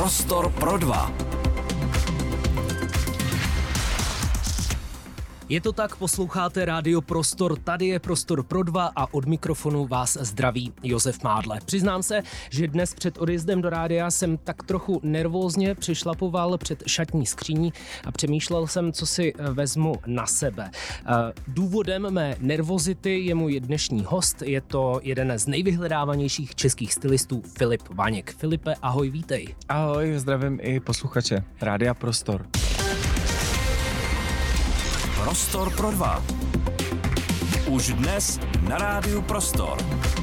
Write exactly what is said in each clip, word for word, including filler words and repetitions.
Prostor pro dva. Je to tak, posloucháte Rádio Prostor, tady je Prostor pro dva a od mikrofonu vás zdraví Josef Mádle. Přiznám se, že dnes před odjezdem do rádia jsem tak trochu nervózně přišlapoval před šatní skříní a přemýšlel jsem, co si vezmu na sebe. Důvodem mé nervozity je můj dnešní host, je to jeden z nejvyhledávanějších českých stylistů Filip Vaněk. Filipe, ahoj, vítej. Ahoj, zdravím i posluchače Rádia Prostor. Prostor pro dva. Už dnes na Rádiu Prostor.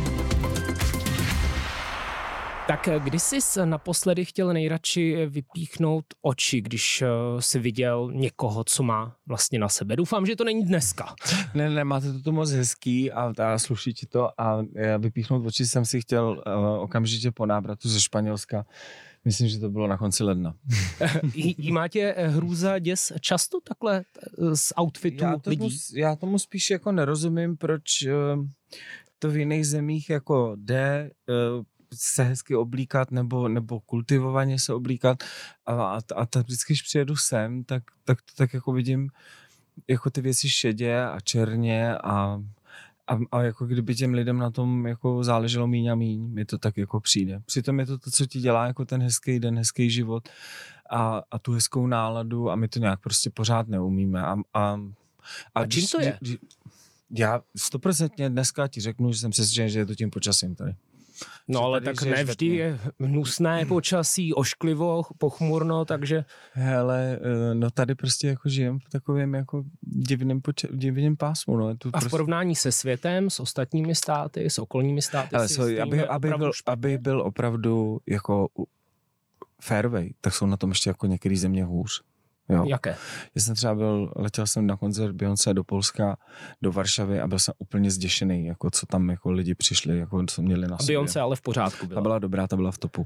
Tak kdy jsi naposledy chtěl nejradši vypíchnout oči, když jsi viděl někoho, co má vlastně na sebe? Doufám, že to není dneska. Ne, ne, máte to tu moc hezký a, a sluší ti to a vypíchnout oči jsem si chtěl uh, okamžitě po návratu ze Španělska. Myslím, že to bylo na konci ledna. Jí má tě hrůza, děs často takhle z outfitu já tomu, lidí? Já tomu spíš jako nerozumím, proč uh, to v jiných zemích jako jde uh, se hezky oblíkat nebo, nebo kultivovaně se oblíkat a, a, a tak vždycky, když přijedu sem, tak, tak, tak jako vidím jako ty věci šedě a černě a A, a jako kdyby těm lidem na tom jako záleželo míň a míň, mi to tak jako přijde. Přitom je to to, co ti dělá jako ten hezký den, hezký život a, a tu hezkou náladu a my to nějak prostě pořád neumíme. A, a, a, a čím když, to je? Když, já stoprocentně dneska ti řeknu, že jsem přesvědčen, že je to tím počasím tady. No ale tak ne vždy je hnusné počasí, ošklivo, pochmurno, takže... Hele, no tady prostě jako žijem v takovém jako divném, poča- divném pásmu. No. Tu a v prostě... porovnání se světem, s ostatními státy, s okolními státy... Ale so, aby, aby, byl, aby byl opravdu jako fairway, tak jsou na tom ještě jako některé země hůř. Jo. Jaké? Já jsem třeba byl, letěl jsem na koncert Beyoncé do Polska, do Varšavy a byl jsem úplně zděšený, jako co tam jako lidi přišli, jako co měli na a sobě. Beyoncé ale v pořádku byla. Ta byla dobrá, ta byla v topu.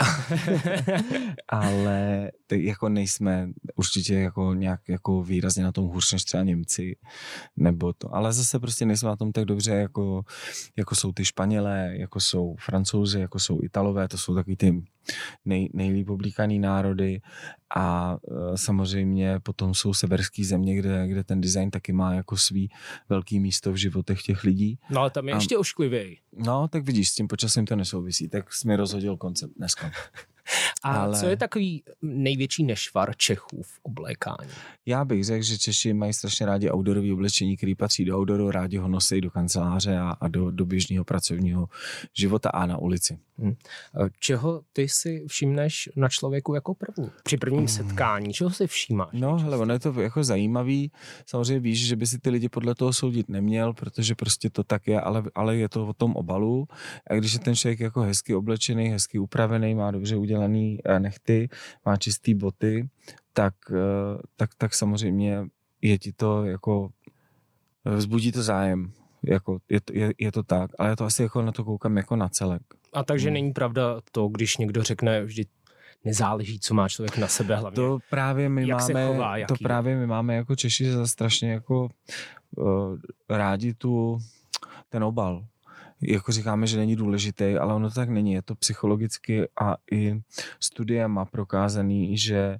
Ale ty jako nejsme určitě jako nějak jako výrazně na tom hůř než třeba Němci, nebo to, ale zase prostě nejsme na tom tak dobře, jako, jako jsou ty Španělé, jako jsou Francouzi, jako jsou Italové, to jsou takový ty nej, nejlíp oblíkaný národy a e, samozřejmě potom jsou severský země, kde, kde ten design taky má jako svý velký místo v životech těch lidí. No ale tam je a, ještě ošklivěji. No, tak vidíš, s tím počasím to nesouvisí, tak jsi mi rozhodil koncept dneska. A ale... co je takový největší nešvar Čechů v oblékání? Já bych řekl, že Češi mají strašně rádi outdoorové oblečení, který patří do outdooru, rádi ho nosí do kanceláře a, a do, do běžného pracovního života a na ulici. Hmm. Čeho ty si všimneš na člověku jako první? Při prvním hmm. setkání, čeho si všímáš? No, hele, ono je to jako zajímavý. Samozřejmě víš, že by si ty lidi podle toho soudit neměl, protože prostě to tak je, ale, ale je to o tom obalu. A když je ten člověk jako hezky oblečený, hezky upravený, má dobře udělaný nechty, má čistý boty, tak, tak, tak samozřejmě je ti to jako, vzbudí to zájem. Jako, je, to, je, je to tak, ale já to asi jako na to koukám jako na celek. A takže hmm. není pravda to, když někdo řekne vždy nezáleží, co má člověk na sebe hlavně. To právě my jak máme, se chová, to právě my máme jako Češi za strašně jako uh, rádi tu, ten obal. Jako říkáme, že není důležitý, ale ono to tak není. Je to psychologicky a i studiem prokázaný, že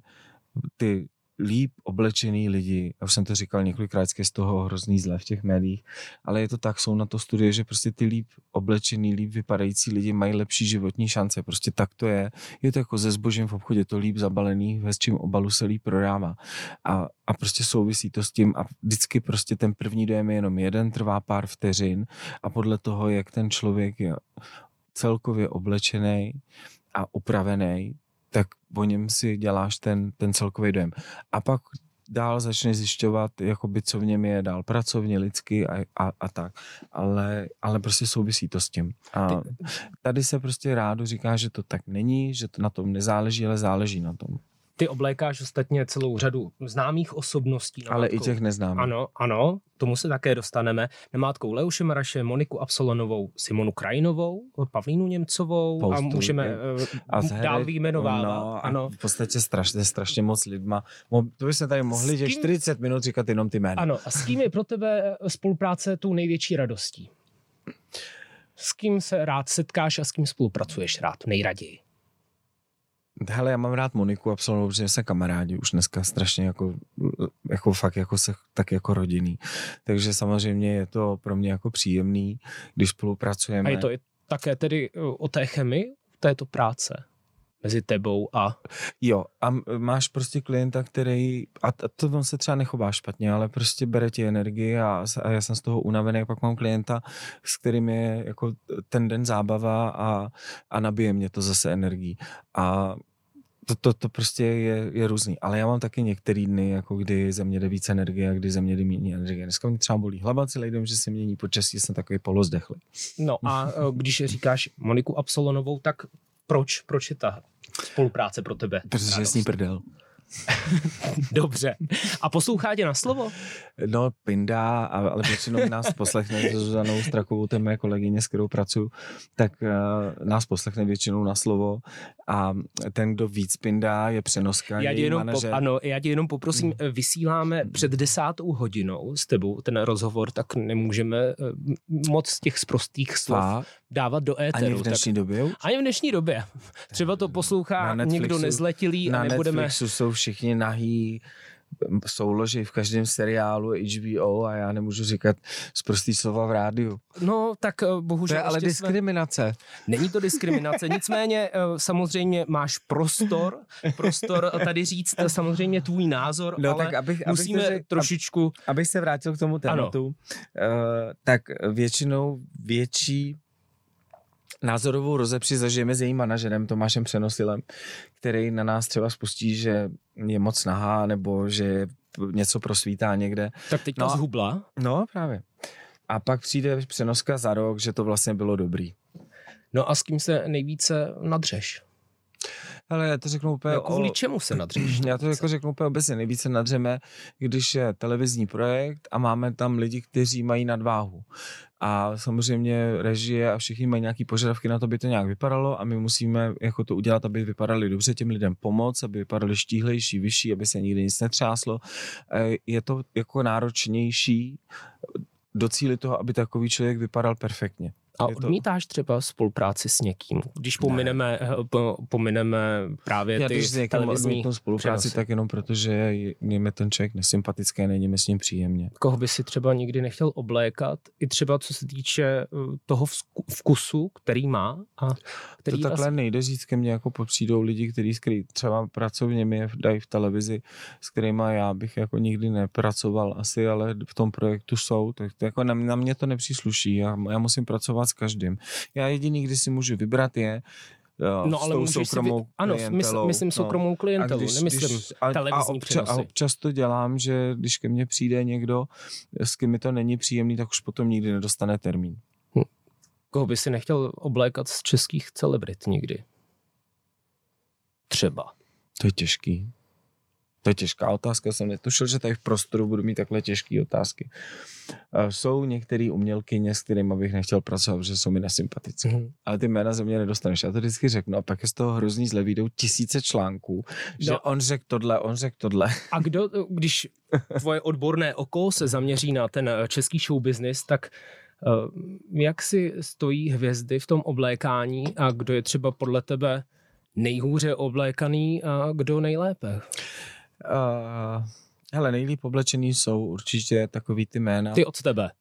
ty líp oblečený lidi, já už jsem to říkal několikrát, je z toho hrozný zle v těch médiích, ale je to tak, jsou na to studie, že prostě ty líp oblečený, líp vypadající lidi mají lepší životní šance, prostě tak to je. Je to jako ze zbožím v obchodě, to líp zabalený, ve čím obalu se líp prodává. A, a prostě souvisí to s tím a vždycky prostě ten první dojem je jenom jeden, trvá pár vteřin a podle toho, jak ten člověk je celkově oblečený a upravený, tak o něm si děláš ten, ten celkový dojem. A pak dál začne zjišťovat, jakoby, co v něm je dál pracovně, lidsky a, a, a tak. Ale, ale prostě souvisí to s tím. A tady se prostě rádo říká, že to tak není, že to na tom nezáleží, ale záleží na tom. Ty oblékáš ostatně celou řadu známých osobností. Ale i těch neznámých. Ano, ano, tomu se také dostaneme. Namátkou Leoše Maraše, Moniku Absolonovou, Simonu Krajinovou, Pavlínu Němcovou Poustu, a můžeme a dál vyjmenovávat. No, ano. V podstatě strašně, strašně moc lidma. To bychom tady mohli těch čtyřicet minut říkat jenom ty jména. Ano, a s kým je pro tebe spolupráce tou největší radostí? S kým se rád setkáš a s kým spolupracuješ rád nejraději? Hele, já mám rád Moniku Absolonovou, protože jsme kamarádi už dneska strašně jako, jako fakt jako se, tak jako rodinný. Takže samozřejmě je to pro mě jako příjemný, když spolupracujeme. A je to i také tedy o té chemii této práce mezi tebou a... Jo, a máš prostě klienta, který, a to on se třeba nechová špatně, ale prostě bere ti energii a, a já jsem z toho unavený, pak mám klienta, s kterým je jako ten den zábava a, a nabije mě to zase energii. A to, to, to prostě je, je různý. Ale já mám taky některý dny, jako kdy ze mě jde víc energie a kdy ze mě jde méně energie. Dneska mě třeba bolí hlava celý den, že se mění počasí, jsem takový polozdechlý. No a když říkáš Moniku Absolonovou, tak proč? Proč je ta spolupráce pro tebe? Protože je s ní prdel. Dobře. A poslouchá tě na slovo? No, pindá, ale většinou nás poslechne s Zuzanou Strakovou, to je moje kolegyně, s kterou pracuji, tak uh, nás poslechne většinou na slovo a ten, kdo víc pindá, je Přenoska, já její jenom manažer. Po, ano, já tě jenom poprosím, hmm. vysíláme před desátou hodinou s tebou ten rozhovor, tak nemůžeme uh, moc z těch sprostých slov a? dávat do éteru. Ani v dnešní tak, době už? Ani v dnešní době. Třeba to poslouchá někdo nezletilý na a nebudeme... Netflixu jsou všichni nahý souloži v každém seriálu H B O a já nemůžu říkat sprostý slova v rádiu. No, tak bohužel... To je ale diskriminace. Jsme... Není to diskriminace, nicméně samozřejmě máš prostor, prostor tady říct samozřejmě tvůj názor, no, ale tak abych, musíme abych řek, trošičku... Abych se vrátil k tomu tématu, uh, tak většinou větší názorovou rozepři zažijeme s jejím manažerem Tomášem Přenosilem, který na nás třeba spustí, že je moc nahá, nebo že něco prosvítá někde. Tak teďka no, zhubla. No právě. A pak přijde Přenoska za rok, že to vlastně bylo dobrý. No a s kým se nejvíce nadřeš? Ale já to řeknu úplně... No, kvůli o... čemu se nadřeš? Já to jako řeknu úplně obecně. Nejvíce nadřeme, když je televizní projekt a máme tam lidi, kteří mají nadváhu. A samozřejmě režie a všichni mají nějaký požadavky na to, aby to nějak vypadalo a my musíme jako to udělat, aby vypadali dobře, těm lidem pomoct, aby vypadali štíhlejší, vyšší, aby se nikdy nic netřáslo. Je to jako náročnější docílit toho, aby takový člověk vypadal perfektně. A odmítáš třeba spolupráci s někým, když pomineme, pomineme právě já, ty když s televizní spolupráci, přenosy. Tak jenom protože je, je mi ten člověk nesympatický, není mi s ním příjemně. Koho by si třeba nikdy nechtěl oblékat, i třeba co se týče toho vkusu, který má a který... To takhle asi... nejde říct, ke mně jako přijdou lidi, kteří třeba pracovně mě dají v televizi, s kterými já bych jako nikdy nepracoval asi, ale v tom projektu jsou, tak to jako na, na mě to nepřísluší, já, já musím pracovat s každým. Já jediný, kdy si můžu vybrat je jo, no, ale s tou soukromou vy... Ano, klientelou. myslím soukromou klientelu, když, nemyslím když, a, televizní a, obča, přenosy. A občas to dělám, že když ke mně přijde někdo, s kým mi to není příjemný, tak už potom nikdy nedostane termín. Hm. Koho by si nechtěl oblékat z českých celebrit nikdy? Třeba. To je těžký. To je těžká otázka, jsem netušil, že tady v prostoru budu mít takhle těžké otázky. Jsou některé umělkyně, s kterými bych nechtěl pracovat, protože jsou mi nesympatické. Mm. Ale ty jména ze mě nedostaneš. Já to vždycky řeknu a pak je z toho hrozný zle, vyjdou tisíce článků, že no. on řekl tohle, on řekl tohle. A kdo, když tvoje odborné oko se zaměří na ten český show business, tak jak si stojí hvězdy v tom oblékání a kdo je třeba podle tebe nejhůře oblékaný a kdo nejlépe? Uh, hele, nejlíp oblečený jsou určitě takový ty jména. Ty od tebe.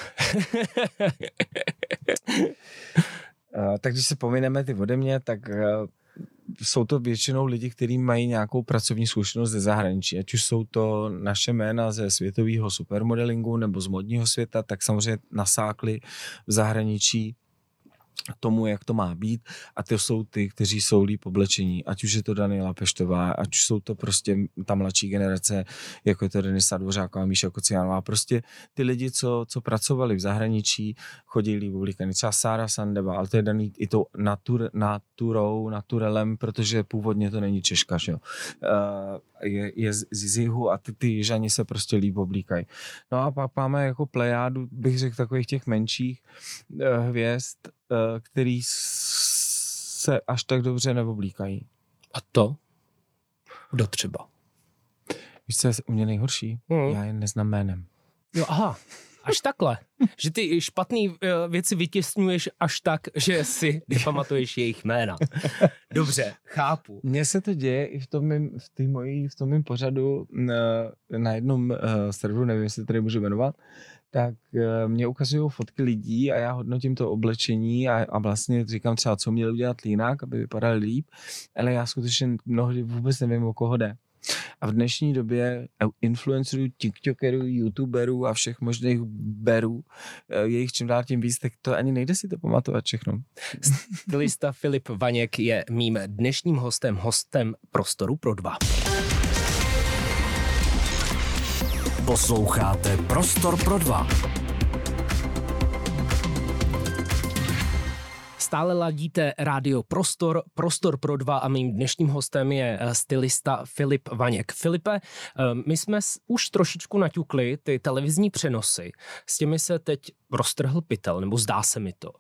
uh, tak když se pomineme ty ode mě, tak uh, jsou to většinou lidi, kteří mají nějakou pracovní zkušenost ze zahraničí. Ať už jsou to naše jména ze světového supermodelingu nebo z modního světa, tak samozřejmě nasákli v zahraničí tomu, jak to má být a ty jsou ty, kteří jsou líp oblečení, ať už je to Daniela Peštová, ať už jsou to prostě ta mladší generace, jako je to Denisa Dvořáková, Míša Kociánová, prostě ty lidi, co, co pracovali v zahraničí, chodí líp oblíkaný, třeba Sára Sandeva, ale to je daný i tou natur, naturou, naturelem, protože původně to není Češka, že jo. Uh, je, je z, z jihu a ty, ty jižani se prostě líp oblíkají. No a pak máme jako plejádu, bych řekl, takových těch menších uh, hvězd, který se až tak dobře neoblíkají. A to? Kdo třeba? Víš, co je u mě nejhorší? Hmm. Já je neznám jménem. Jo, aha. Až takhle. Že ty špatné věci vytěsňuješ až tak, že si nepamatuješ jejich jména. Dobře, chápu. Mně se to děje i v tom mým, v tý mojí, v tom mým pořadu na, na jednom uh, serveru, nevím, jestli tady můžu jmenovat, tak uh, mě ukazují fotky lidí a já hodnotím to oblečení a, a vlastně říkám třeba, co měli udělat jinak, aby vypadali líp, ale já skutečně mnohdy vůbec nevím, o koho jde. A v dnešní době influencerů, tiktokerů, youtuberů a všech možných berů, je jich čím dál tím víc, tak to ani nejde si to pamatovat všechno. Stylista Filip Vaněk je mým dnešním hostem, hostem Prostoru pro dva. Posloucháte Prostor pro dva. Stále ladíte rádio Prostor, Prostor pro dva a mým dnešním hostem je stylista Filip Vaněk. Filipe, my jsme už trošičku naťukli ty televizní přenosy. S těmi se teď roztrhl pytel, nebo zdá se mi to,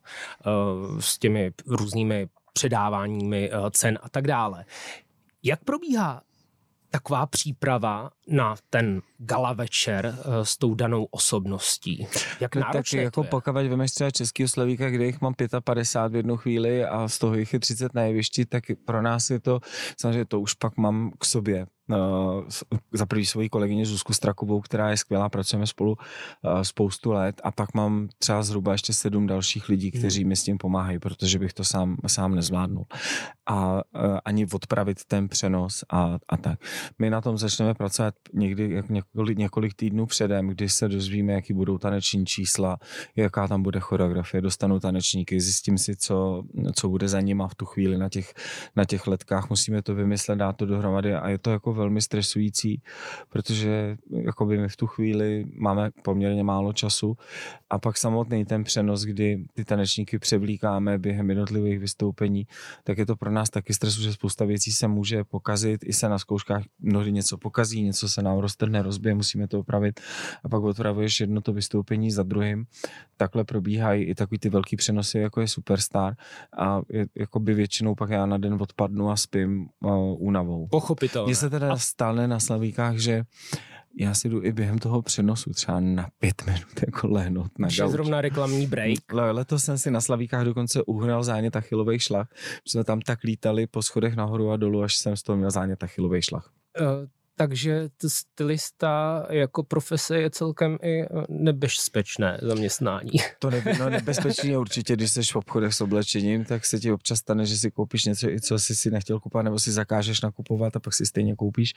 s těmi různými předáváními cen a tak dále. Jak probíhá taková příprava na ten gala večer s tou danou osobností? Jak no, náročné tak jako to je? pokud vemeš třeba českýho slavíka, kde jich mám padesát pět v jednu chvíli a z toho jich je třicet na jevišti, tak pro nás je to, samozřejmě to už pak mám k sobě. Uh, za první svoji kolegyně Zuzku Strakovou, která je skvělá, pracujeme spolu uh, spoustu let a pak mám třeba zhruba ještě sedm dalších lidí, kteří mi s tím pomáhají, protože bych to sám, sám nezvládnul. A uh, ani odpravit ten přenos a, a tak. My na tom začneme pracovat někdy jak několik, několik týdnů předem, kdy se dozvíme, jaký budou taneční čísla, jaká tam bude choreografie, dostanu tanečníky, zjistím si, co, co bude za nima v tu chvíli na těch, na těch letkách, musíme to vymyslet, dát to dohromady a je to jako velmi stresující, protože jakoby my v tu chvíli máme poměrně málo času a pak samotný ten přenos, kdy ty tanečníky převlíkáme během jednotlivých vystoupení, tak je to pro nás taky stres, že spousta věcí se může pokazit, i se na zkouškách mnohdy něco pokazí, něco se nám roztrhne, rozbije, musíme to opravit a pak opravuješ jedno to vystoupení za druhým. Takhle probíhají i takový ty velký přenosy, jako je Superstar a je, jakoby většinou pak já na den odpadnu a spím uh, únavou. Pochopitelné. Mně se teda a... stane na slavíkách, že já si jdu i během toho přenosu třeba na pět minut jako lehnout na gauč. Zrovna reklamní break. Letos jsem si na slavíkách dokonce uhnal zánět achillovej šlach, že jsme tam tak lítali po schodech nahoru a dolů, až jsem z toho měl zánět achillovej šlach. Uh, takže stylista jako profese je celkem i nebezpečné zaměstnání. To nebe, no nebezpečný je určitě, když jsi v obchodech s oblečením, tak se ti občas stane, že si koupíš něco, i co jsi si nechtěl kupovat, nebo si zakážeš nakupovat a pak si stejně koupíš.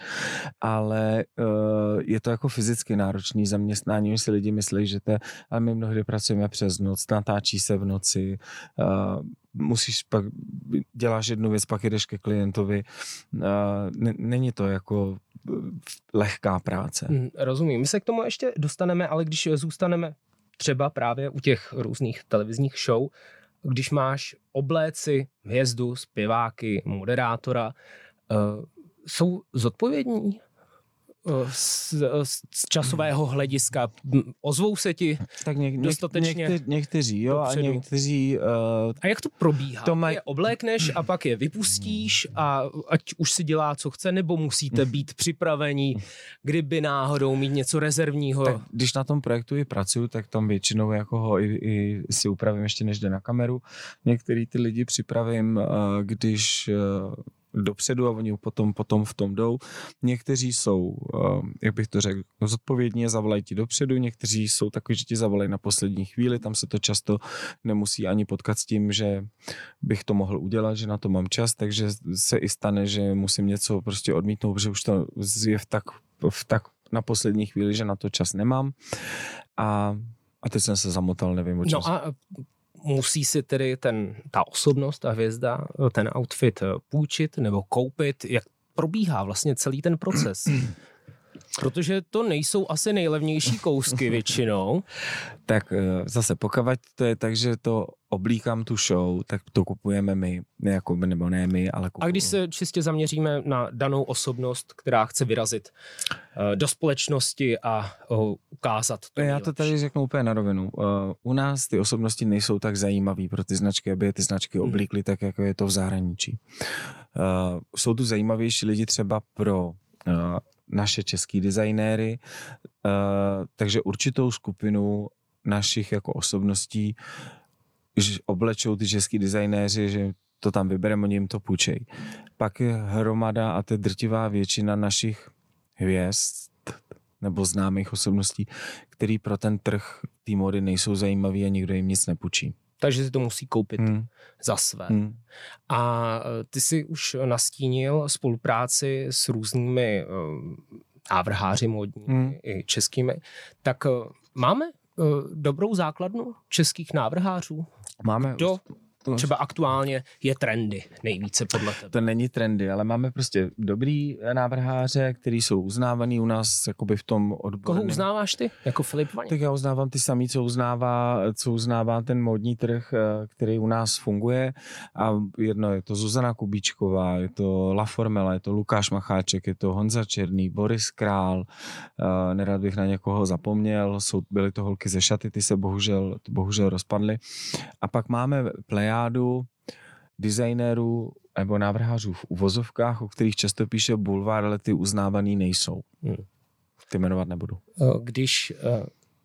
Ale uh, je to jako fyzicky náročný zaměstnání, už si lidi myslí, že to je, ale my mnohdy pracujeme přes noc, natáčí se v noci, uh, musíš pak, děláš jednu věc, pak jdeš ke klientovi. Uh, n- není to jako lehká práce. Hmm, rozumím. My se k tomu ještě dostaneme, ale když zůstaneme třeba právě u těch různých televizních show, když máš obléci hvězdu, zpěváky, moderátora, uh, jsou zodpovědní z, z časového hlediska? Ozvou se ti tak něk, dostatečně někte, někteří, jo, dopředu. A někteří... Uh, a jak to probíhá? To maj... Je oblékneš a pak je vypustíš a ať už si dělá, co chce, nebo musíte být připraveni, kdyby náhodou mít něco rezervního? Tak, když na tom projektu i pracuju, tak tam většinou jako ho i, i si upravím ještě než jde na kameru. Některý ty lidi připravím, uh, když... Uh, dopředu a oni potom, potom v tom jdou. Někteří jsou, jak bych to řekl, zodpovědní a zavolají ti dopředu, někteří jsou takový, že ti zavolají na poslední chvíli, tam se to často nemusí ani potkat s tím, že bych to mohl udělat, že na to mám čas, takže se i stane, že musím něco prostě odmítnout, protože už to je v tak, v tak na poslední chvíli, že na to čas nemám. A, a teď jsem se zamotal, nevím o čem. No a musí si tedy ten, ta osobnost, ta hvězda, ten outfit půjčit nebo koupit? Jak probíhá vlastně celý ten proces? Protože to nejsou asi nejlevnější kousky většinou. Tak zase pokud to je tak, že to oblíkám tu show, tak to kupujeme my, ne jako, nebo ne my, ale kupujeme. A když se čistě zaměříme na danou osobnost, která chce vyrazit uh, do společnosti a uh, ukázat to Já nejlepší. to tady řeknu úplně na rovinu. Uh, u nás ty osobnosti nejsou tak zajímavý pro ty značky, aby je ty značky oblíkly hmm. tak, jako je to v zahraničí. Uh, jsou tu zajímavější lidi třeba pro uh, naše český designéry, uh, takže určitou skupinu našich jako osobností, že oblečou ty český designéři, že to tam vybereme, oni jim to půjčej. Pak je hromada a to je drtivá většina našich hvězd nebo známých osobností, který pro ten trh té módy nejsou zajímavý a nikdo jim nic nepůjčí. Takže si to musí koupit hmm. za své. Hmm. A ty si už nastínil spolupráci s různými uh, návrháři módní hmm. i českými. Tak uh, máme uh, dobrou základnu českých návrhářů? Máme. Kdo třeba aktuálně je trendy nejvíce podle tebe? To není trendy, ale máme prostě dobrý návrháře, který jsou uznávaný u nás jakoby v tom odborném. Koho uznáváš ty? Jako Filip Vaněk? Tak já uznávám ty samý, co uznává, co uznává ten módní trh, který u nás funguje. A jedno je to Zuzana Kubíčková, je to La Formela, je to Lukáš Macháček, je to Honza Černý, Boris Král, nerad bych na někoho zapomněl, jsou, byly to holky ze Šaty, ty se bohužel, bohužel rozpadly. A pak máme plejádu designérů nebo návrhářů v uvozovkách, o kterých často píše bulvár, ale ty uznávaný nejsou. Hmm. Ty jmenovat nebudu. Když uh,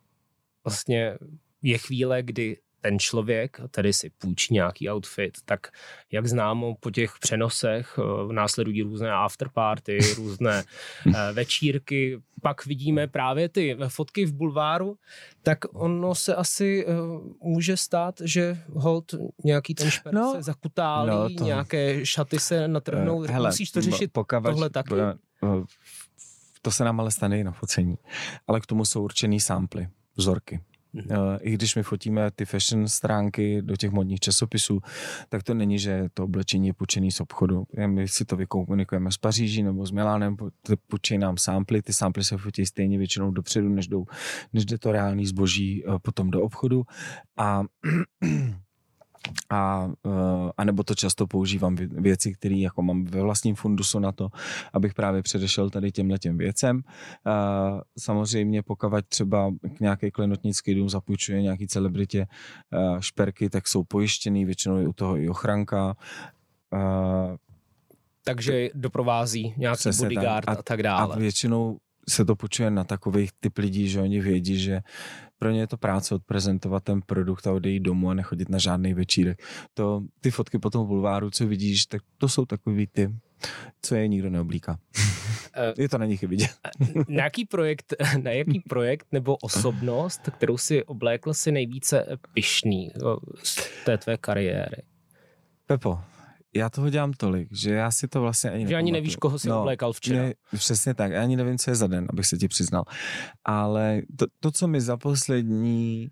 vlastně je chvíle, kdy ten člověk tady si půjčí nějaký outfit, tak jak známo po těch přenosech uh, následují různé afterparty, různé uh, večírky, pak vidíme právě ty fotky v bulváru, tak ono se asi uh, může stát, že hold nějaký ten šperk no, se zakutálí, no to... nějaké šaty se natrhnou. Uh, hele, musíš to řešit pokavač, tohle taky? Uh, to se nám ale stane i na focení. Ale k tomu jsou určený samply, vzorky. Uh, I když my fotíme ty fashion stránky do těch modních časopisů, tak to není, že to oblečení je půjčený z obchodu. My si to vykomunikujeme s Paříží nebo s Milánem, půjčí nám samply, ty samply se fotí stejně většinou dopředu, než, jdou, než jde to reálný zboží uh, potom do obchodu. A A, a nebo to často používám věci, které jako mám ve vlastním fundusu na to, abych právě předešel tady těmhletěm věcem. A samozřejmě pokud třeba k nějaké klenotnický dům zapůjčuje nějaký celebritě šperky, tak jsou pojištěný, většinou je u toho i ochranka. A, takže doprovází nějaký bodyguard tak. a, a tak dále. A většinou se to půjčuje na takových typ lidí, že oni vědí, že pro ně je to práce odprezentovat ten produkt a odejít domů a nechodit na žádný večírek. To, ty fotky po tom bulváru, co vidíš, tak to jsou takový ty, co je nikdo neoblíká. Je to na nich vidět. Na jaký projekt, na jaký projekt nebo osobnost, kterou si oblékl, si nejvíce pyšný z té tvé kariéry? Pepo, já toho dělám tolik, že já si to vlastně ani Že ani nevíš, koho jsi no, oblékal včera. Ne, přesně tak. Já ani nevím, co je za den, abych se ti přiznal. Ale to, to co mi za poslední,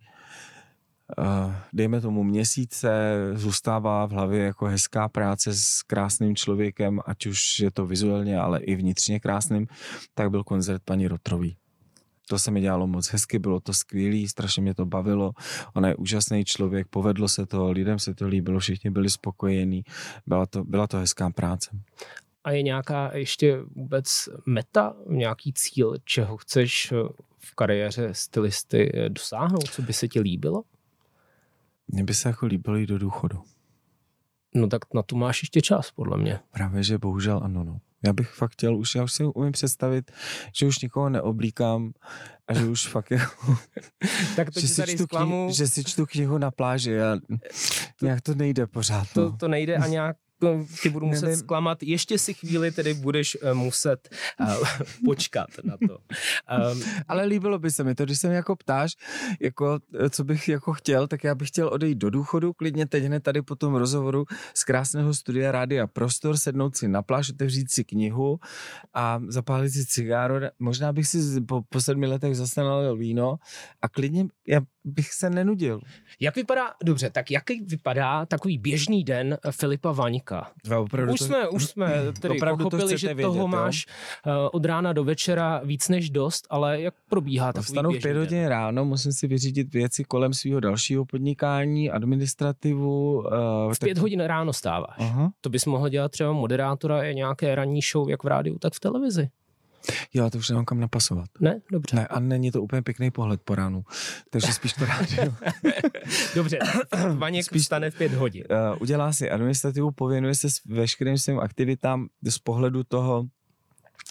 uh, dejme tomu měsíce, zůstává v hlavě jako hezká práce s krásným člověkem, ať už je to vizuálně, ale i vnitřně krásným, tak byl koncert paní Rotrový. To se mi dělalo moc hezky, bylo to skvělý, strašně mě to bavilo. Ona je úžasný člověk, povedlo se to, lidem se to líbilo, všichni byli spokojení. Byla to, byla to hezká práce. A je nějaká ještě vůbec meta, nějaký cíl, čeho chceš v kariéře stylisty dosáhnout? Co by se ti líbilo? Mně by se jako líbilo jít do důchodu. No tak na to máš ještě čas, podle mě. Právě, že bohužel ano, no. Já bych fakt chtěl, už já už si umím představit, že už nikoho neoblíkám a že už fakt jako... tak to že, si si tady čtu zklamu... kni- že si čtu knihu na pláži a to, nějak to nejde pořád. No. To, to nejde a nějak ti budu muset Nevím. zklamat. Ještě si chvíli tedy budeš uh, muset uh, počkat na to. Um, Ale líbilo by se mi to, když se mi jako ptáš, jako, co bych jako chtěl, tak já bych chtěl odejít do důchodu, klidně teď hned tady po tom rozhovoru z krásného studia Rádia Prostor, sednout si na pláž, otevřít si knihu a zapálit si cigáro. Možná bych si po, po sedmi letech zase nalil víno a klidně já bych se nenudil. Jak vypadá, dobře, tak jak vypadá takový běžný den Filipa Vaňka? Už to, jsme, už jsme tedy pochopili, to že vědět, toho máš uh, od rána do večera víc než dost, ale jak probíhá takový Vstanu běžný v pět hodin ráno, musím si vyřídit věci kolem svého dalšího podnikání, administrativu. Uh, v pět tak... hodin ráno stáváš. Aha. To bys mohl dělat třeba moderátora je nějaké ranní show, jak v rádiu, tak v televizi. Jo, to už nemám kam napasovat. Ne? Dobře. Ne, a není to úplně pěkný pohled po ránu, takže spíš to rádio. Dobře, Vaněk spíš vstane v pět hodin. Uh, udělá si administrativu, pověnuje se veškerým svým aktivitám z pohledu toho,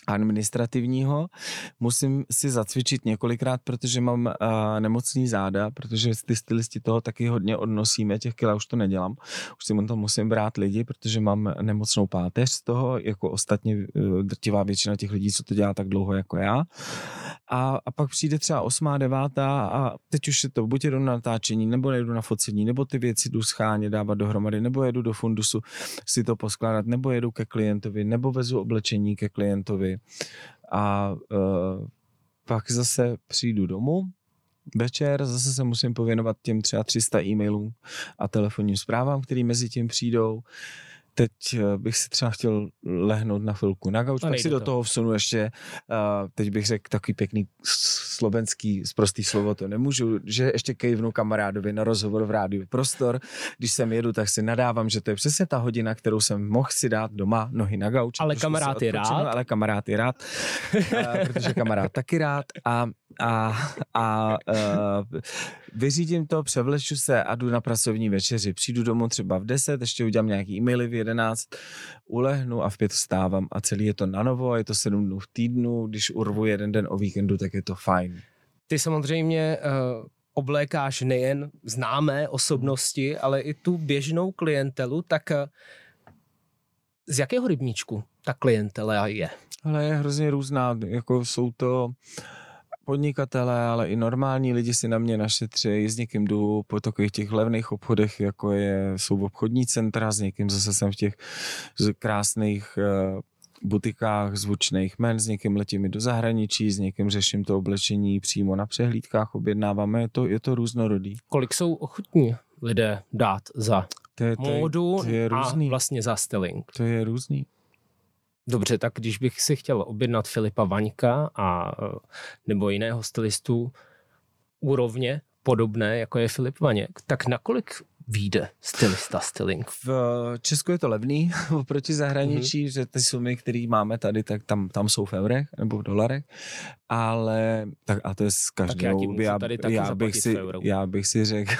administrativního. Musím si zacvičit několikrát, protože mám uh, nemocný záda, protože ty stylisti toho taky hodně odnosíme, těch kila už to nedělám. Už si to musím brát lidi, protože mám nemocnou páteř z toho, jako ostatně uh, drtivá většina těch lidí, co to dělá tak dlouho jako já. A, a pak přijde třeba osmá, devátá a teď už je to, buď jedu na natáčení, nebo jedu na focení, nebo ty věci jdu scháně dávat dohromady, nebo jedu do fundusu si to poskládat, nebo jedu ke klientovi, nebo vezu oblečení ke klientovi. A uh, pak zase přijdu domů večer, zase se musím pověnovat těm třeba tři sta e-mailům a telefonním zprávám, který mezi tím přijdou. Teď bych si třeba chtěl lehnout na chvilku na gauč, pak si do to. toho vsunu ještě, uh, teď bych řekl takový pěkný slovenský sprostý slovo, to nemůžu, že ještě kejvnu kamarádovi na rozhovor v rádiu Prostor. Když sem jedu, tak si nadávám, že to je přesně ta hodina, kterou jsem mohl si dát doma, nohy na gauč. Ale kamarád je rád. Ale kamarád je rád, uh, protože kamarád taky rád a a, a uh, vyřídím to, převleču se a jdu na pracovní večeři. Přijdu domů třeba v deset, ještě udělám nějaký e-maily v jedenáct, ulehnu a v pět vstávám a celý je to na novo, je to sedm dnů v týdnu, když urvu jeden den o víkendu, tak je to fajn. Ty samozřejmě uh, oblékáš nejen známé osobnosti, ale i tu běžnou klientelu, tak uh, z jakého rybníčku ta klientela je? Ale je hrozně různá, jako jsou to podnikatelé, ale i normální lidi si na mě našetří, s někým jdu po takových těch levných obchodech, jako je, jsou obchodní centra, s někým zase jsem v těch krásných uh, butikách zvučných men, s někým letím i do zahraničí, s někým řeším to oblečení přímo na přehlídkách, objednáváme, je to, je to různorodý. Kolik jsou ochotní lidé dát za to je, to je, módu to je a vlastně za styling? To je různý. Dobře, tak když bych si chtěl objednat Filipa Vaňka a nebo jiného stylistu úrovně podobné, jako je Filip Vaněk, tak nakolik vyjde stylista styling? V Česku je to levný oproti zahraničí, mm-hmm. že ty sumy, které máme tady, tak tam, tam jsou v eurech nebo v dolarech, ale tak a to je s každou. Já, já, já, bych si, já bych si řekl,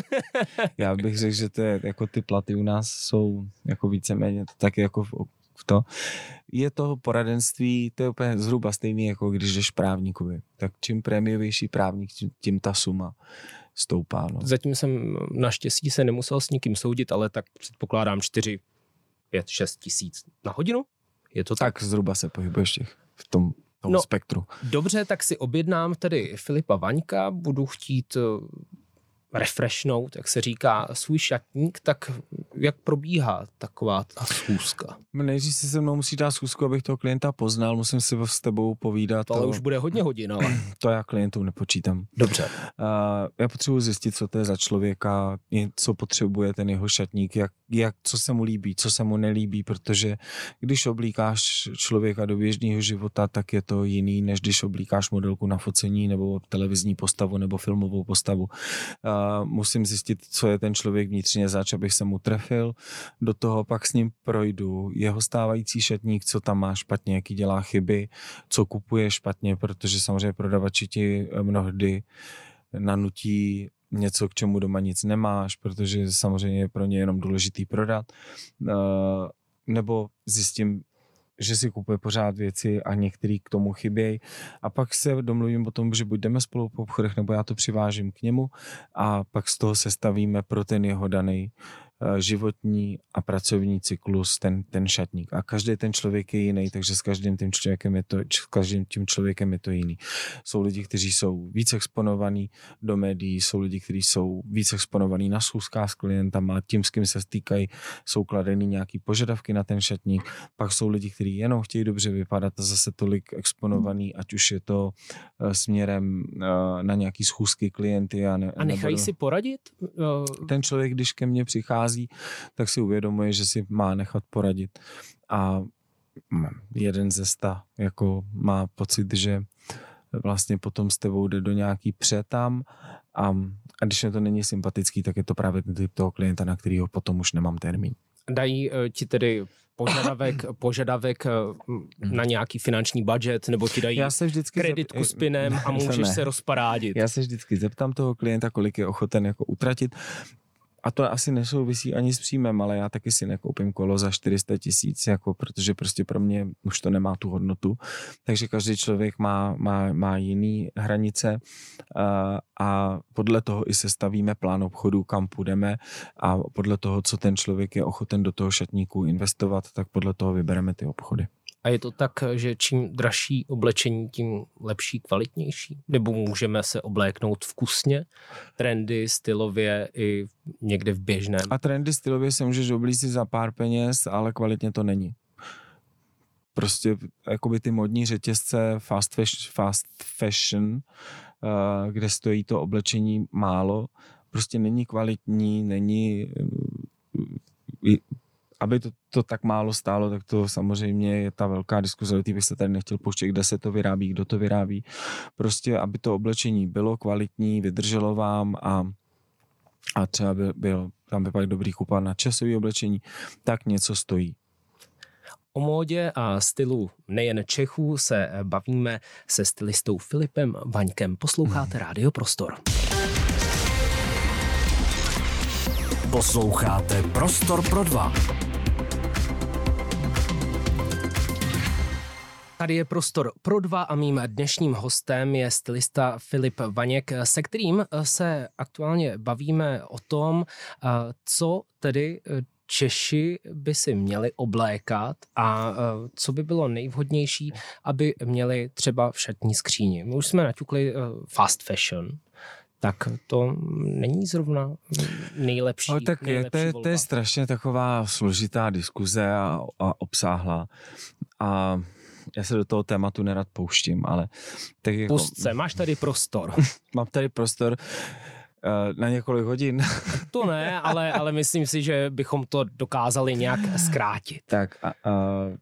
já bych řekl, že to je, jako ty platy u nás jsou jako víceméně taky jako v to. Je to poradenství, to je úplně zhruba stejný, jako když jdeš právníkovi. Tak čím prémiovější právník, tím, tím ta suma stoupá. No. Zatím jsem naštěstí se nemusel s nikým soudit, ale tak předpokládám čtyři, pět, šest tisíc na hodinu? Je to tak? Tak zhruba se pohybuješ těch v tom, tom no, spektru. Dobře, tak si objednám tedy Filipa Vaňka, budu chtít refreshnout, jak se říká, svůj šatník, tak jak probíhá taková ta schůzka? Nejdřív si se mnou musí dát schůzku, abych toho klienta poznal, musím si s tebou povídat. To ale to, už bude hodně hodin, ale... To já klientům nepočítám. Dobře. Uh, já potřebuji zjistit, co to je za člověka, co potřebuje ten jeho šatník, jak, jak, co se mu líbí, co se mu nelíbí, protože když oblíkáš člověka do běžného života, tak je to jiný, než když oblíkáš modelku na focení nebo televizní postavu nebo filmovou postavu. Uh, musím zjistit, co je ten člověk vnitřně zač, abych se mu trefil. Do toho pak s ním projdu jeho stávající šatník, co tam má špatně, jaký dělá chyby, co kupuje špatně, protože samozřejmě prodavači ti mnohdy nanutí něco, k čemu doma nic nemáš, protože samozřejmě je pro ně jenom důležitý prodat. Nebo zjistím, že si kupuje pořád věci a některý k tomu chybějí. A pak se domluvím o tom, že buď jdeme spolu po obchodech, nebo já to přivážím k němu a pak z toho sestavíme pro ten jeho daný životní a pracovní cyklus ten, ten šatník. A každý ten člověk je jiný, takže s každým tím člověkem je to, s každým tím člověkem je to jiný. Jsou lidi, kteří jsou víc exponovaní do médií, jsou lidi, kteří jsou víc exponovaní na schůzkách s klientama, tím, s kým se stýkají, jsou kladeny nějaký požadavky na ten šatník. Pak jsou lidi, kteří jenom chtějí dobře vypadat a zase tolik exponovaní, ať už je to uh, směrem uh, na nějaký schůzky klienty. A, ne, a nechají nebo... si poradit? Uh... Ten člověk, když ke mně přichází, tak si uvědomuje, že si má nechat poradit. A jeden ze sta jako má pocit, že vlastně potom s tebou jde do nějaký přetam a, a když mě to není sympatický, tak je to právě ten typ toho klienta, na kterýho potom už nemám termín. Dají ti tedy požadavek, požadavek na nějaký finanční budget, nebo ti dají kreditku s pinem a můžeš se rozparádit? Já se vždycky zeptám toho klienta, kolik je ochoten jako utratit. a to asi nesouvisí ani s příjmem, ale já taky si nekoupím kolo za čtyři sta tisíc, jako, protože prostě pro mě už to nemá tu hodnotu. Takže každý člověk má, má, má jiný hranice a, a podle toho i sestavíme plán obchodu, kam půjdeme a podle toho, co ten člověk je ochoten do toho šatníku investovat, tak podle toho vybereme ty obchody. A je to tak, že čím dražší oblečení, tím lepší, kvalitnější? Nebo můžeme se obléknout vkusně, trendy, stylově i někde v běžném? A trendy stylově se můžeš oblíct za pár peněz, ale kvalitně to není. Prostě jakoby ty modní řetězce fast fashion, fast fashion kde stojí to oblečení málo, prostě není kvalitní, není... Aby to, to tak málo stálo, tak to samozřejmě je ta velká diskuze, o té bych se tady nechtěl pouštět, kde se to vyrábí, kdo to vyrábí. Prostě, aby to oblečení bylo kvalitní, vydrželo vám a, a třeba by, byl tam by pak dobrý kupa na časové oblečení, tak něco stojí. O módě a stylu nejen Čechů se bavíme se stylistou Filipem Vaňkem. Posloucháte Rádio Prostor. Posloucháte Prostor pro dva. Tady je Prostor pro dva a mým dnešním hostem je stylista Filip Vaněk, se kterým se aktuálně bavíme o tom, co tedy Češi by si měli oblékat a co by bylo nejvhodnější, aby měli třeba v šatní skříni. My už jsme naťukli fast fashion, tak to není zrovna nejlepší. Ale tak nejlepší to, je, volba. to je strašně taková složitá diskuze a, a obsáhlá. A já se do toho tématu nerad pouštím, ale... Tak jako, Pust se, máš tady prostor. Mám tady prostor uh, na několik hodin. To ne, ale, ale myslím si, že bychom to dokázali nějak zkrátit. Tak a, a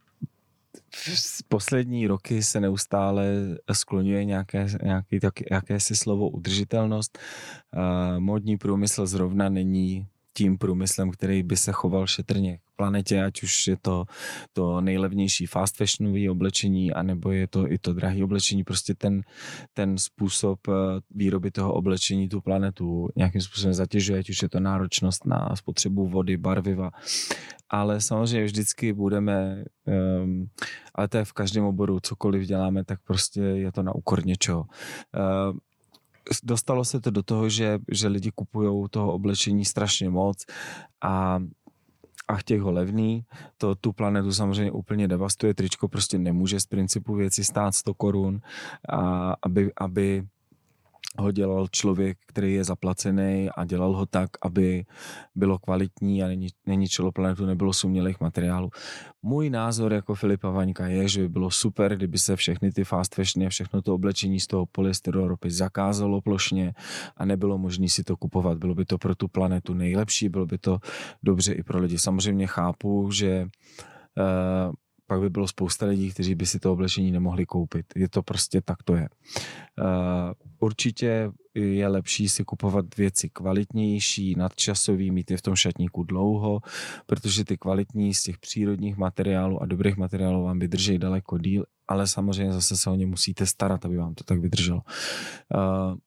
v poslední roky se neustále skloňuje nějaké, nějaký, tak, jakési slovo udržitelnost. Uh, módní průmysl zrovna není tím průmyslem, který by se choval šetrně k planetě, ať už je to to nejlevnější fast fashionové oblečení, anebo je to i to drahé oblečení. Prostě ten, ten způsob výroby toho oblečení tu planetu nějakým způsobem zatěžuje, ať už je to náročnost na spotřebu vody, barviva. Ale samozřejmě vždycky budeme, um, ale to je v každém oboru, cokoliv děláme, tak prostě je to na úkor něčeho. Uh, Dostalo se to do toho, že, že lidi kupují toho oblečení strašně moc a, a chtějí ho levný. To tu planetu samozřejmě úplně devastuje. Tričko prostě nemůže z principu věci stát sto korun, a aby, aby ho dělal člověk, který je zaplacený a dělal ho tak, aby bylo kvalitní a není, neničilo planetu, nebylo sumělých materiálů. Můj názor jako Filipa Vaňka je, že by bylo super, kdyby se všechny ty fast fashiony a všechno to oblečení z toho polyesteru a ropy zakázalo plošně a nebylo možné si to kupovat. Bylo by to pro tu planetu nejlepší, bylo by to dobře i pro lidi. Samozřejmě chápu, že uh, pak by bylo spousta lidí, kteří by si to oblečení nemohli koupit. Je to prostě tak to je. Uh, určitě je lepší si kupovat věci kvalitnější, nadčasový, mít je v tom šatníku dlouho, protože ty kvalitní z těch přírodních materiálů a dobrých materiálů vám vydrží daleko díl, ale samozřejmě zase se o ně musíte starat, aby vám to tak vydrželo. Uh,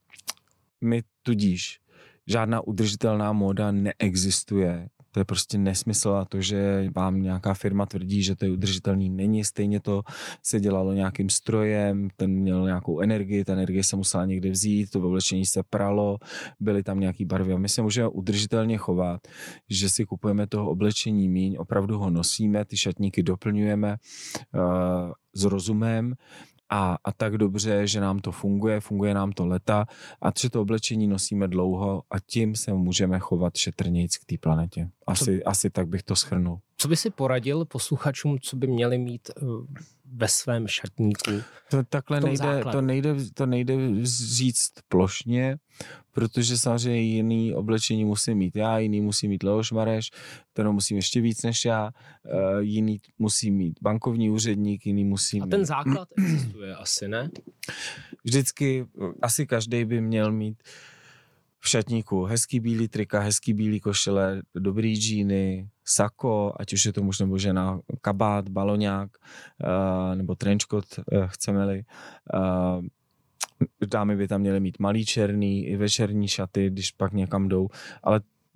my tudíž žádná udržitelná móda neexistuje. To je prostě nesmysl a to, že vám nějaká firma tvrdí, že to je udržitelný, není. Stejně to se dělalo nějakým strojem, ten měl nějakou energii, ta energie se musela někde vzít, to oblečení se pralo, byly tam nějaký barvy a my se můžeme udržitelně chovat, že si kupujeme toho oblečení míň, opravdu ho nosíme, ty šatníky doplňujeme uh, s rozumem, A, a tak dobře, že nám to funguje, funguje nám to leta a že to oblečení nosíme dlouho a tím se můžeme chovat šetrnějc k té planetě. Asi, asi tak bych to shrnul. Co by si poradil posluchačům, co by měli mít ve svém šatníku? To takhle nejde, to nejde, to nejde říct plošně, protože samozřejmě jiný oblečení musí mít já, jiný musí mít Leoš Mareš, kterou musím ještě víc než já, jiný musí mít bankovní úředník, jiný musí mít... A ten základ existuje asi, ne? Vždycky, asi každý by měl mít v šatníku hezký bílý trika, hezký bílý košile, dobrý džíny, sako, ať už je to muž nebo žena, kabát, baloňák, uh, nebo trenčkot, uh, chceme-li. Uh, dámy by tam měly mít malý černý i večerní šaty, když pak někam jdou, ale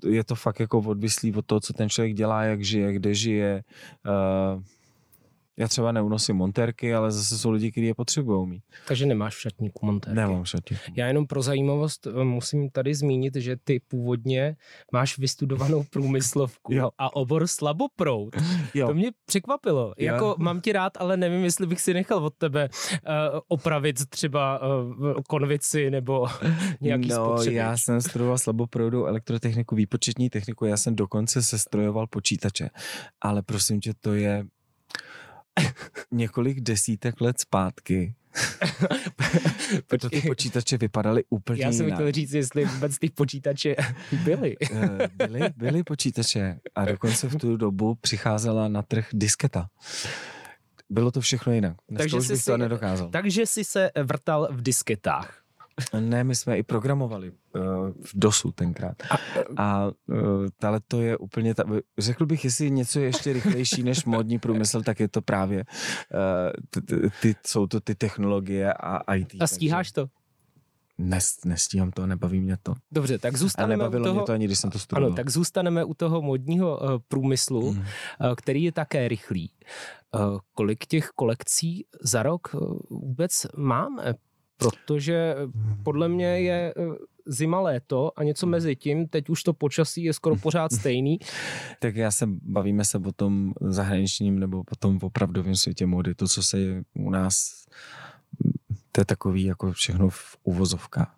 je to fakt jako odvislý od toho, co ten člověk dělá, jak žije, kde žije. Uh, já třeba neunosím montérky, ale zase jsou lidi, kteří je potřebují mít. Takže nemáš v šatníku montérky. Nemám v šatníku. Já jenom pro zajímavost musím tady zmínit, že ty původně máš vystudovanou průmyslovku Jo. a obor slaboproud. Jo. To mě překvapilo. Jo. Jako mám ti rád, ale nevím, jestli bych si nechal od tebe uh, opravit třeba uh, konvici nebo nějaký no, spotřebič. já jsem studoval slaboproudou elektrotechniku, výpočetní techniku, já jsem dokonce sestrojoval počítače, ale prosím tě, to je několik desítek let zpátky. Proto ty počítače vypadaly úplně Já jsem jinak. chtěl říct, jestli vůbec ty počítače byly. byly, byly počítače a dokonce v tu dobu přicházela na trh disketa. Bylo to všechno jinak. Dneska Takže už jsi bych si, to nedokázal. Takže jsi se vrtal v disketách. Ne, my jsme i programovali uh, v DOSu tenkrát. A, a uh, tahle to je úplně, ta, řekl bych, jestli něco je ještě rychlejší než módní průmysl, tak je to právě, uh, ty, ty, jsou to ty technologie a í té. A stíháš to? Nes, nestíhám to, nebaví mě to. Dobře, tak A zůstaneme nebavilo u toho... mě to ani, když jsem to studoval. Ano, tak zůstaneme u toho modního uh, průmyslu, mm. uh, který je také rychlý. Uh, kolik těch kolekcí za rok uh, vůbec máme? Protože podle mě je zima, léto a něco mezi tím, teď už to počasí je skoro pořád stejný. Tak já se bavíme se o tom zahraničním nebo o tom opravdovém světě módy. To, co se je u nás, to je takový jako všechno v uvozovkách.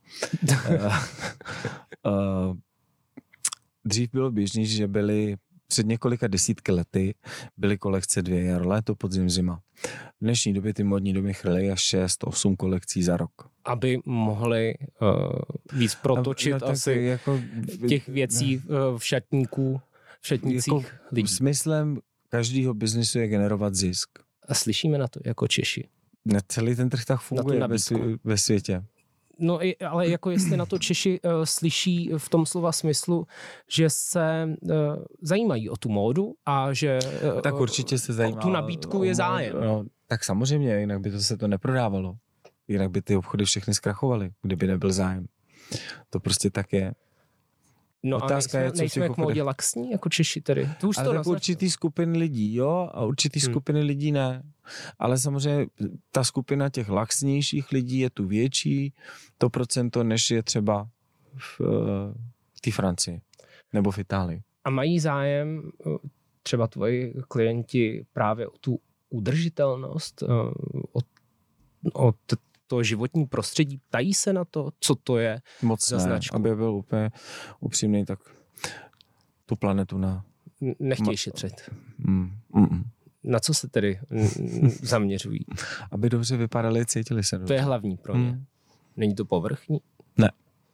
Dřív bylo běžný, že byly před několika desítky lety byly kolekce dvě, jaro, léto, podzim, zima. V dnešní době ty modní domy chrlí až šest, osm kolekcí za rok. Aby mohli uh, víc protočit no, asi jako, těch věcí uh, v šatníků, v šatnících jako lidí. Smyslem každého biznisu je generovat zisk. A slyšíme na to jako Češi. Ne, celý ten trh tak funguje ve, ve světě. No ale jako jestli na to Češi uh, slyší v tom slova smyslu, že se uh, zajímají o tu módu a že uh, tak určitě se zajímá. O tu nabídku je zájem. No, tak samozřejmě, jinak by to se to neprodávalo. Jinak by ty obchody všechny zkrachovaly, kdyby nebyl zájem. To prostě tak je. No Otázka a nejsme, je, co nejsme k módě laxní jako Češi tedy. To už ale to tak určitý skupiny lidí, jo, a určitý hmm. skupiny lidí ne. Ale samozřejmě ta skupina těch laxnějších lidí je tu větší, to procento, než je třeba v, v té Francii nebo v Itálii. A mají zájem třeba tvoji klienti právě o tu udržitelnost, o, o to životní prostředí, ptají se na to, co to je moc za ne, značku? Aby byl úplně upřímný, tak tu planetu na... Nechtějí šetřit. Mm, mm, mm. Na co se tedy zaměřují? Aby dobře vypadali, cítili se dobře. To je hlavní pro ně. Hmm. Není to povrchní? Ne.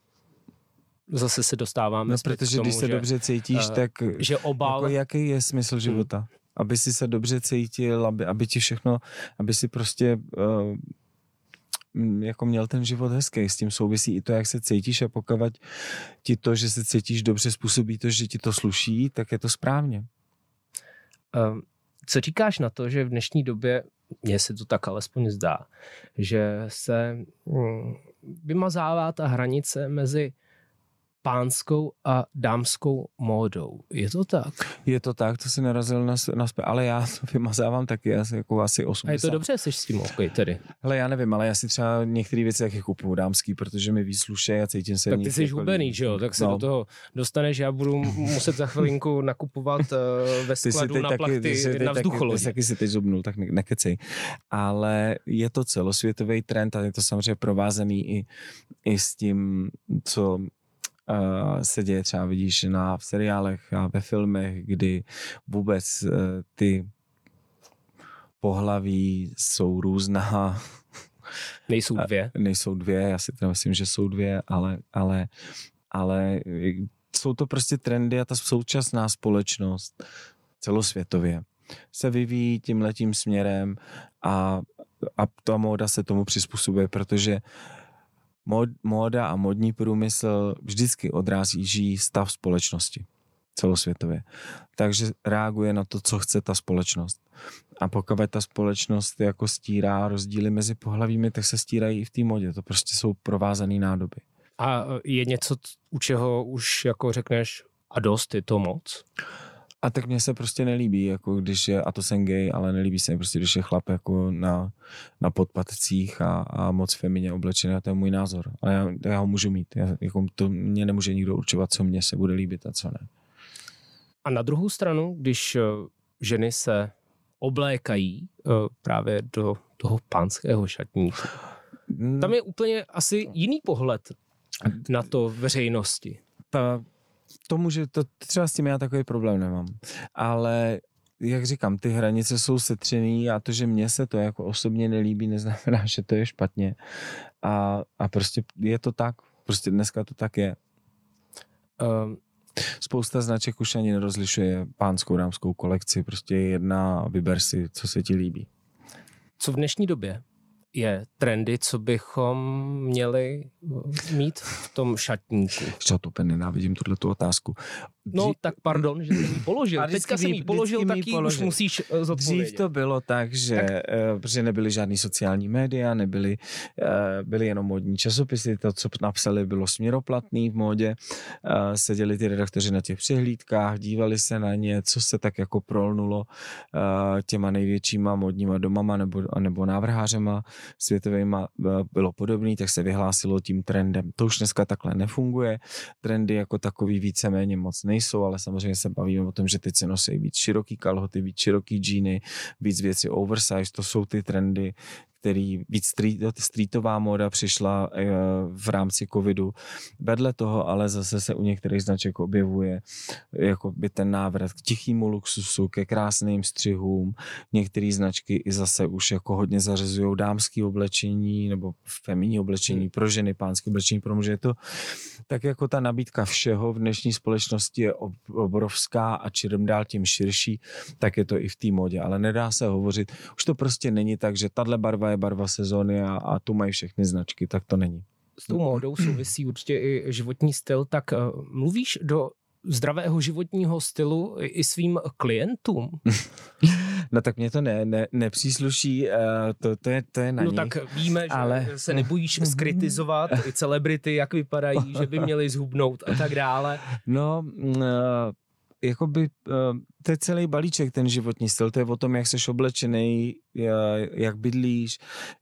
Zase se dostáváme no, zpět protože k tomu, když se že, dobře cítíš, uh, tak že obal... jako jaký je smysl života? Hmm. Aby si se dobře cítil, aby, aby ti všechno, aby si prostě uh, jako měl ten život hezký. S tím souvisí i to, jak se cítíš, a pokud ti to, že se cítíš dobře, způsobí to, že ti to sluší, tak je to správně. Um, co říkáš na to, že v dnešní době, mně se to tak alespoň zdá, že se um, vymazává ta hranice mezi pánskou a dámskou módou. Je to tak? Je to tak, to si narazil na, na spe, ale já to vymazávám taky, asi, jako asi osmdesát. A je to dobře, jsi s tím OK tedy? Hele, já nevím, ale já si třeba některé věci taky kupuju dámský, protože mi víc slušej a cítím se... Tak ty jsi hubený, že jo? Tak se no. do toho dostaneš, já budu muset za chvilinku nakupovat uh, ve skladu na plachty na vzducholodě. Ty taky si teď zubnul, tak ne, nekecej. Ale je to celosvětový trend a je to samozřejmě provázaný i, i s tím, co... Uh, se děje třeba, vidíš, na, v seriálech a ve filmech, kdy vůbec uh, ty pohlaví jsou různá. Nejsou dvě? Uh, nejsou dvě, já si teda myslím, že jsou dvě, ale, ale, ale jsou to prostě trendy a ta současná společnost celosvětově se vyvíjí tímhletím směrem a, a ta móda se tomu přizpůsobuje, protože móda a modní průmysl vždycky odráží stav společnosti celosvětově. Takže reaguje na to, co chce ta společnost. A pokud ta společnost jako stírá rozdíly mezi pohlavími, tak se stírají i v té modě. To prostě jsou provázané nádoby. A je něco, u čeho už jako řekneš, a dost, je to moc? A tak mně se prostě nelíbí, jako když je, a to jsem gay, ale nelíbí se mi prostě, když je chlap jako na, na podpatcích a, a moc femině oblečený, a to je můj názor. A já, já ho můžu mít, já, jako to mě nemůže nikdo určovat, co mně se bude líbit a co ne. A na druhou stranu, když ženy se oblékají právě do toho pánského šatníku, tam je úplně asi jiný pohled na to veřejnosti. Ta, to může, to třeba s tím já takový problém nemám. Ale jak říkám, ty hranice jsou setřený a to, že mně se to jako osobně nelíbí, neznamená, že to je špatně. A, a prostě je to tak. Prostě dneska to tak je. Um, Spousta značek už ani nerozlišuje pánskou, dámskou kolekci. Prostě je jedna a vyber si, co se ti líbí. Co v dnešní době je trendy, co bychom měli mít v tom šatníku? Čo to úplně nenávidím, tuhletu otázku. Dří... No tak pardon, že jsem ji položil. Teďka jsem ji položil, tak ji už musíš zodpovědět. Dřív to bylo tak, že tak... protože nebyly žádný sociální média, nebyly, byly jenom módní časopisy, to, co napsali, bylo směroplatný v módě. Seděli ty redaktoři na těch přehlídkách, dívali se na ně, co se tak jako prolnulo těma největšíma módníma domama nebo, nebo návrhářema světovejma bylo podobný, tak se vyhlásilo tím trendem. To už dneska takhle nefunguje. Trendy jako takový víceméně moc nejsou, ale samozřejmě se bavíme o tom, že teď se nosí víc široký kalhoty, víc široký džíny, víc věci oversize, to jsou ty trendy, který víc street, streetová móda přišla e, v rámci covidu. Vedle toho ale zase se u některých značek objevuje jako by ten návrat k tichýmu luxusu, ke krásným střihům. Některé značky i zase už jako hodně zařazují dámské oblečení nebo feminní oblečení hmm. pro ženy, pánské oblečení pro muže. Je to tak jako ta nabídka všeho v dnešní společnosti je obrovská a čím dál tím širší, tak je to i v té módě. Ale nedá se hovořit, už to prostě není tak, že tahle barva je barva sezóny a, a tu mají všechny značky, tak to není. S tou módou souvisí určitě i životní styl, tak uh, mluvíš do zdravého životního stylu i svým klientům? No tak mě to ne, ne, nepřísluší, uh, to, to, je, to je na No nich. Tak víme, že ale... se nebojíš skritizovat i celebrity, jak vypadají, že by měli zhubnout a tak dále. No, uh, jakoby to je celý balíček, ten životní styl, to je o tom, jak seš oblečený, jak bydlíš,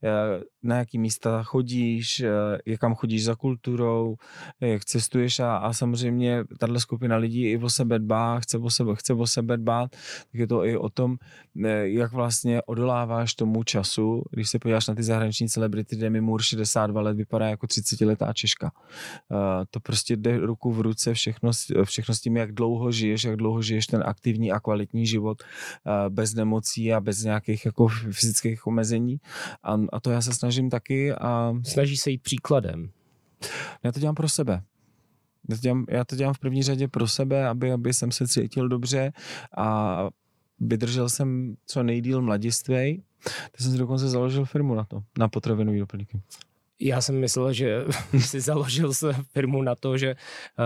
na jaký místa chodíš, jak kam chodíš za kulturou, jak cestuješ a, a samozřejmě tato skupina lidí i o sebe dbá, chce o sebe, chce o sebe dbát, tak je to i o tom, jak vlastně odoláváš tomu času, když se podíváš na ty zahraniční celebrity, Demi Moore šedesát dva let vypadá jako třicetiletá Češka. To prostě jde ruku v ruce všechno, všechno s tím, jak dlouho žiješ, jak dlouho žiješ ten aktivní a kvalitní život bez nemocí a bez nějakých jako fyzických omezení. A, a to já se snažím taky. A... Snaží se jít příkladem. Já to dělám pro sebe. Já to dělám, já to dělám v první řadě pro sebe, aby, aby jsem se cítil dobře a vydržel jsem co nejdýl mladistvej. Tak jsem si dokonce založil firmu na to, na potravinové doplňky. Já jsem myslel, že si založil se firmu na to, že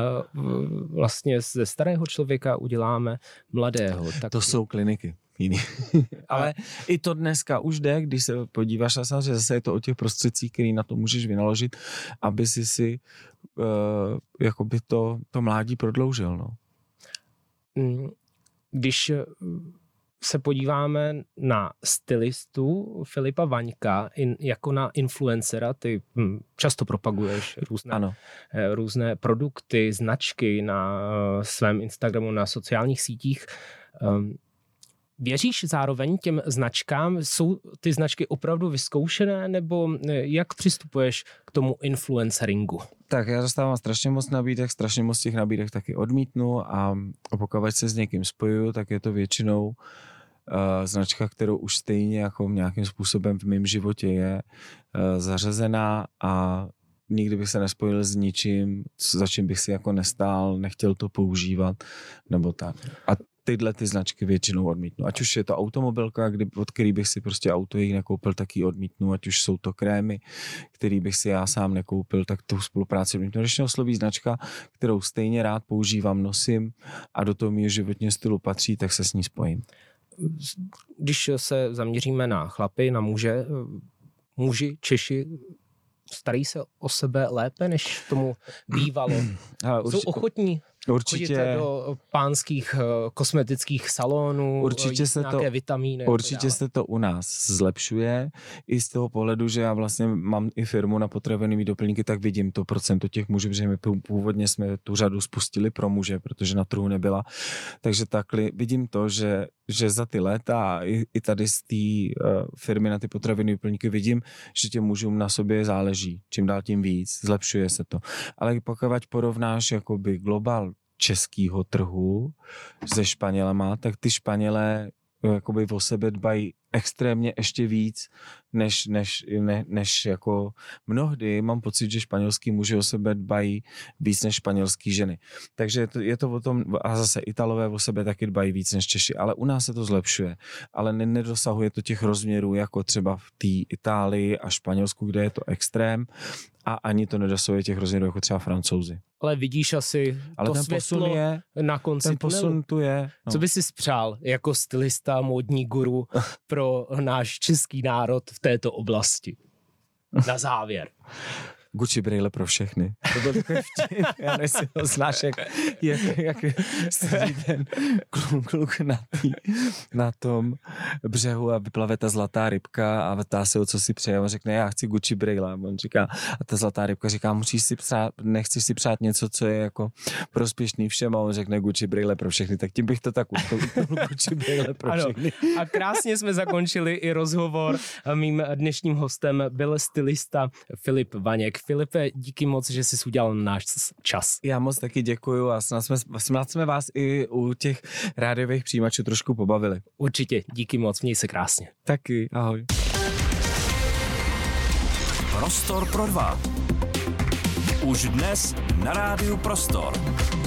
uh, vlastně ze starého člověka uděláme mladého. Tak... To jsou kliniky. Jiný. Ale i to dneska už jde, když se podíváš na samozřejmě zase je to o těch prostředcích, který na to můžeš vynaložit, aby si si uh, jakoby to, to mládí prodloužil. No. Když se podíváme na stylistu Filipa Vaňka in, jako na influencera, ty hm, často propaguješ různé, ano. různé produkty, značky na uh, svém Instagramu, na sociálních sítích. Um, Věříš zároveň těm značkám? Jsou ty značky opravdu vyzkoušené, nebo jak přistupuješ k tomu influenceringu? Tak já dostávám strašně moc nabídek, strašně moc těch nabídek taky odmítnu a pokud se s někým spojuju, tak je to většinou uh, značka, kterou už stejně jako nějakým způsobem v mém životě je uh, zařazená a nikdy bych se nespojil s ničím, za čím bych si jako nestál, nechtěl to používat, nebo tak. A tyhle ty značky většinou odmítnu. Ať už je to automobilka, kdy, od který bych si prostě auto jich nekoupil, tak ji odmítnu. Ať už jsou to krémy, který bych si já sám nekoupil, tak tu spolupráci odmítnu. Když mě osloví značka, kterou stejně rád používám, nosím a do toho mého životního stylu patří, tak se s ní spojím. Když se zaměříme na chlapy, na muže, muži, Češi, starají se o sebe lépe, než tomu bývalo. Jsou ochotní Určitě. Chodíte do pánských kosmetických salonů, určitě se nějaké to, vitamíny. Určitě se to u nás zlepšuje. I z toho pohledu, že já vlastně mám i firmu na potravinové doplňky, tak vidím to procento těch mužů, protože my původně jsme tu řadu spustili pro muže, protože na trhu nebyla. Takže takhle vidím to, že, že za ty léta i, i tady z té uh, firmy na ty potravinové doplňky vidím, že těm mužům na sobě záleží. Čím dál tím víc, zlepšuje se to. Ale pokud porovnáš jakoby globál českého trhu se Španělama, tak ty Španělé jakoby o sebe dbají extrémně ještě víc, než, než, ne, než jako mnohdy mám pocit, že španělský muži o sebe dbají víc než španělský ženy. Takže je to, je to o tom, a zase Italové o sebe taky dbají víc než Češi, ale u nás se to zlepšuje. Ale ne, nedosahuje to těch rozměrů, jako třeba v té Itálii a Španělsku, kde je to extrém, a ani to nedosahuje těch rozměrů, jako třeba Francouzi. Ale vidíš asi ale to ten světlo posun je, na konci ten posun tunelu. tu je. No. Co by si spřál jako stylista, módní guru pro náš český národ v této oblasti? Na závěr. Gucci brejle pro všechny. To byl takový vtip. Já nevím, jestli ho znáš, jak, jak, jak sedí ten kluk, kluk na, tý, na tom břehu a vyplave ta zlatá rybka a ptá se ho, co si přeje. On řekne, já chci Gucci brejle. On říká, a ta zlatá rybka říká, musíš si přát, nechceš si přát něco, co je jako prospěšný všem, a on řekne Gucci brejle pro všechny. Tak tím bych to tak utkl. Gucci brejle pro všechny. Ano. A krásně jsme zakončili i rozhovor. Mým dnešním hostem byl stylista Filip Vaněk. Filipe, díky moc, že jsi udělal náš čas. Já moc taky děkuju a snad jsme, snad jsme vás i u těch rádiových přijímačů trošku pobavili. Určitě, díky moc, měj se krásně. Taky, ahoj. Prostor pro dva. Už dnes na rádiu Prostor.